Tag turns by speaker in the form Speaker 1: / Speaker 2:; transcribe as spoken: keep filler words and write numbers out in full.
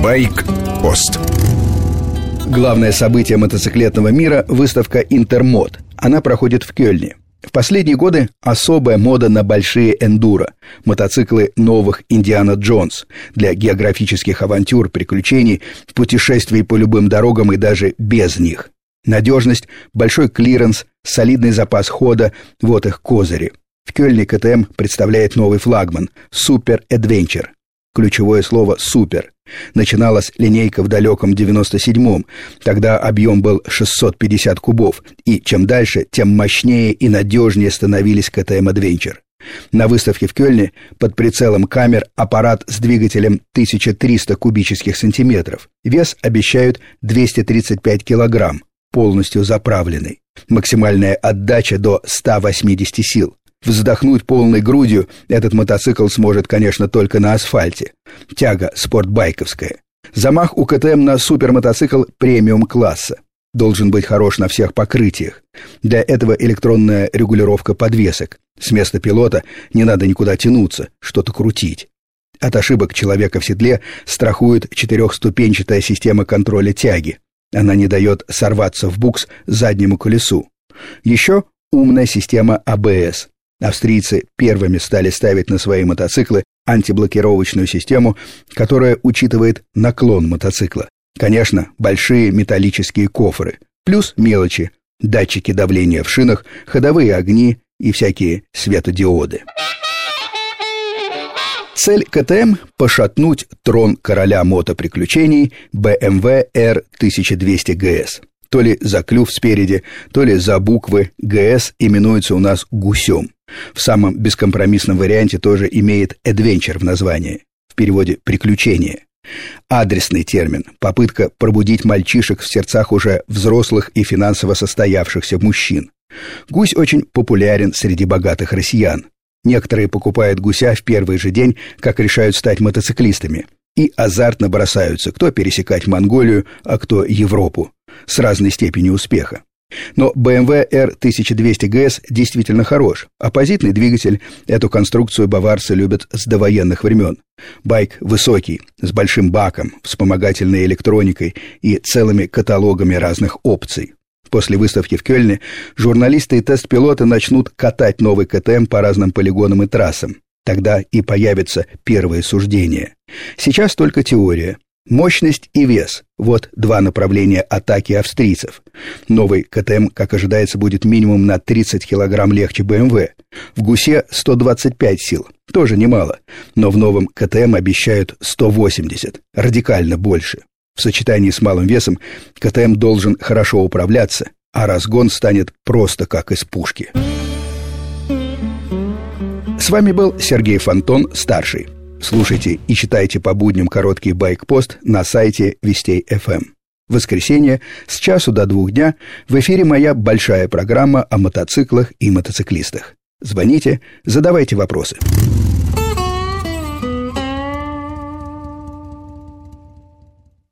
Speaker 1: Байк-пост.
Speaker 2: Главное событие мотоциклетного мира – выставка «Интермод». Она проходит в Кёльне. В последние годы особая мода на большие эндуро – мотоциклы новых «Индиана Джонс» для географических авантюр, приключений, путешествий по любым дорогам и даже без них. Надежность, большой клиренс, солидный запас хода – вот их козыри. В Кёльне ка тэ эм представляет новый флагман – Super Adventure. Ключевое слово «супер». Начиналась линейка в далеком девяносто седьмом. Тогда объем был шестьсот пятьдесят кубов. И чем дальше, тем мощнее и надежнее становились ка тэ эм Adventure. На выставке в Кёльне под прицелом камер аппарат с двигателем тысяча триста кубических сантиметров. Вес обещают двести тридцать пять килограмм, полностью заправленный. Максимальная отдача до ста восьмидесяти сил. Вздохнуть полной грудью этот мотоцикл сможет, конечно, только на асфальте. Тяга спортбайковская. Замах у ка тэ эм на супермотоцикл премиум-класса. Должен быть хорош на всех покрытиях. Для этого электронная регулировка подвесок. С места пилота не надо никуда тянуться, что-то крутить. От ошибок человека в седле страхует четырехступенчатая система контроля тяги. Она не дает сорваться в букс заднему колесу. Еще умная система а бэ эс. Австрийцы первыми стали ставить на свои мотоциклы антиблокировочную систему, которая учитывает наклон мотоцикла. Конечно, большие металлические кофры, плюс мелочи, датчики давления в шинах, ходовые огни и всякие светодиоды. Цель ка тэ эм – пошатнуть трон короля мотоприключений бэ эм вэ эр тысяча двести джи эс. То ли за клюв спереди, то ли за буквы джи эс именуется у нас гусем. В самом бескомпромиссном варианте тоже имеет «adventure» в названии, в переводе «приключение». Адресный термин – попытка пробудить мальчишек в сердцах уже взрослых и финансово состоявшихся мужчин. Гусь очень популярен среди богатых россиян. Некоторые покупают гуся в первый же день, как решают стать мотоциклистами, и азартно бросаются, кто пересекать Монголию, а кто Европу, с разной степенью успеха. Но бэ эм вэ эр тысяча двести джи эс действительно хорош. Оппозитный двигатель, эту конструкцию баварцы любят с довоенных времен. Байк высокий, с большим баком, вспомогательной электроникой и целыми каталогами разных опций. После выставки в Кёльне журналисты и тест-пилоты начнут катать новый ка тэ эм по разным полигонам и трассам. Тогда и появятся первые суждения. Сейчас только теория. Мощность и вес – вот два направления атаки австрийцев. Новый ка тэ эм, как ожидается, будет минимум на тридцать килограмм легче бэ эм вэ. В гусе сто двадцать пять сил, тоже немало, но в новом ка тэ эм обещают сто восемьдесят, радикально больше. В сочетании с малым весом ка тэ эм должен хорошо управляться, а разгон станет просто как из пушки. С вами был Сергей Фонтон, старший. Слушайте и читайте по будням короткий байк-пост на сайте Вестей эф эм. В воскресенье с часу до двух дня в эфире моя большая программа о мотоциклах и мотоциклистах. Звоните, задавайте вопросы.